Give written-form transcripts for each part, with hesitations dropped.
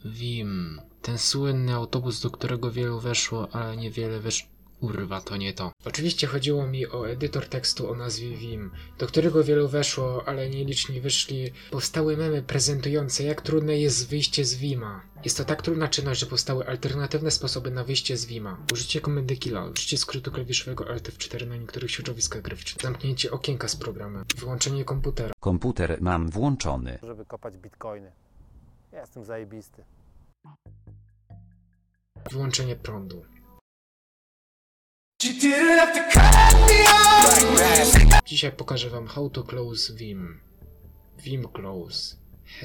Vim. Ten słynny autobus, do którego wielu weszło, ale niewiele weszło. Kurwa, to nie to. Oczywiście chodziło mi o edytor tekstu o nazwie Vim, do którego wielu weszło, ale nieliczni wyszli. Powstały memy prezentujące, jak trudne jest wyjście z Vima. Jest to tak trudna czynność, że powstały alternatywne sposoby na wyjście z Vima. Użycie komendy killa, użycie skrótu klawiszowego Alt F4 na niektórych środowiskach graficznych, zamknięcie okienka z programem, wyłączenie komputera. Komputer mam włączony. Żeby kopać bitcoiny. Ja jestem zajebisty. Wyłączenie prądu. Dzisiaj pokażę wam how to close Vim. Vim close.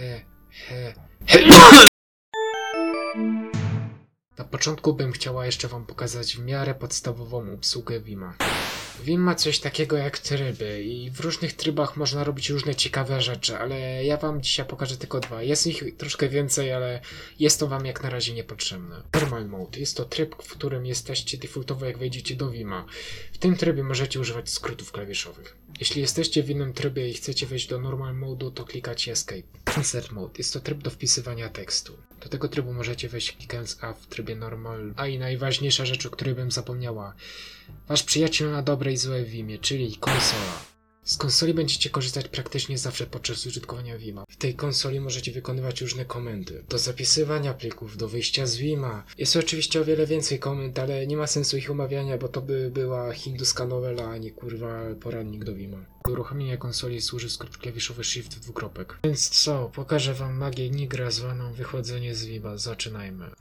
Na początku bym chciała jeszcze wam pokazać w miarę podstawową obsługę Vima. Vim ma coś takiego jak tryby i w różnych trybach można robić różne ciekawe rzeczy, ale ja wam dzisiaj pokażę tylko dwa. Jest ich troszkę więcej, ale jest to wam jak na razie niepotrzebne. Normal Mode jest to tryb, w którym jesteście defaultowo jak wejdziecie do Vima. W tym trybie możecie używać skrótów klawiszowych. Jeśli jesteście w innym trybie i chcecie wejść do Normal Mode'u, to klikacie Escape. Insert Mode jest to tryb do wpisywania tekstu. Do tego trybu możecie wejść klikając A w trybie Normal. A i najważniejsza rzecz, o której bym zapomniała. Wasz przyjaciel na dobre i złe w Vimie, czyli konsola. Z konsoli będziecie korzystać praktycznie zawsze podczas użytkowania Vima. W tej konsoli możecie wykonywać różne komendy. Do zapisywania plików, do wyjścia z Vima. Jest oczywiście o wiele więcej komend, ale nie ma sensu ich omawiania, bo to by była hinduska nowela, a nie kurwa poradnik do Vima. Do uruchomienia konsoli służy skrót klawiszowy Shift dwukropek. Więc co, pokażę wam magię Nigra zwaną wychodzenie z Vima. Zaczynajmy.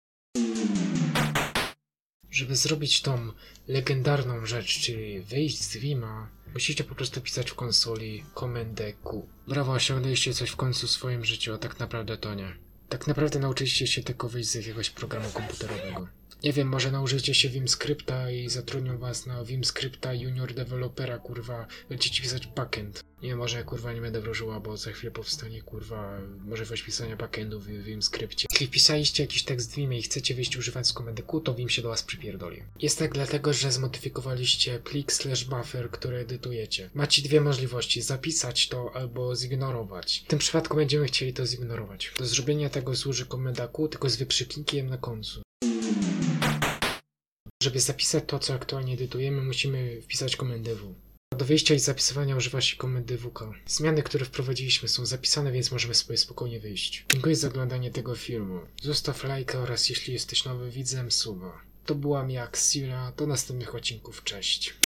Żeby zrobić tą legendarną rzecz, czyli wyjść z Vima, musicie po prostu pisać w konsoli komendę Q. Brawo, osiągnęliście coś w końcu w swoim życiu, a tak naprawdę to nie. Tak naprawdę nauczyliście się tylko wyjść z jakiegoś programu komputerowego. Nie wiem, może nauczycie się Vimscripta i zatrudnią was na Vimscripta Junior Developera, kurwa, będziecie pisać backend. Nie, może kurwa nie będę wróżyła, bo za chwilę powstanie kurwa możliwość pisania backendu w Vimscripcie. Jeśli wpisaliście jakiś tekst w Vimie i chcecie wyjść używając komendy Q, to Vim się do was przypierdoli. Jest tak dlatego, że zmodyfikowaliście plik /buffer, który edytujecie. Macie dwie możliwości, zapisać to albo zignorować. W tym przypadku będziemy chcieli to zignorować. Do zrobienia tego służy komenda Q, tylko z wykrzyknikiem na końcu. Żeby zapisać to, co aktualnie edytujemy, musimy wpisać komendę W. Do wyjścia i zapisywania używa się komendy WK. Zmiany, które wprowadziliśmy, są zapisane, więc możemy sobie spokojnie wyjść. Dziękuję za oglądanie tego filmu. Zostaw lajka oraz jeśli jesteś nowym widzem, suba. To była Miaxila, do następnych odcinków, cześć.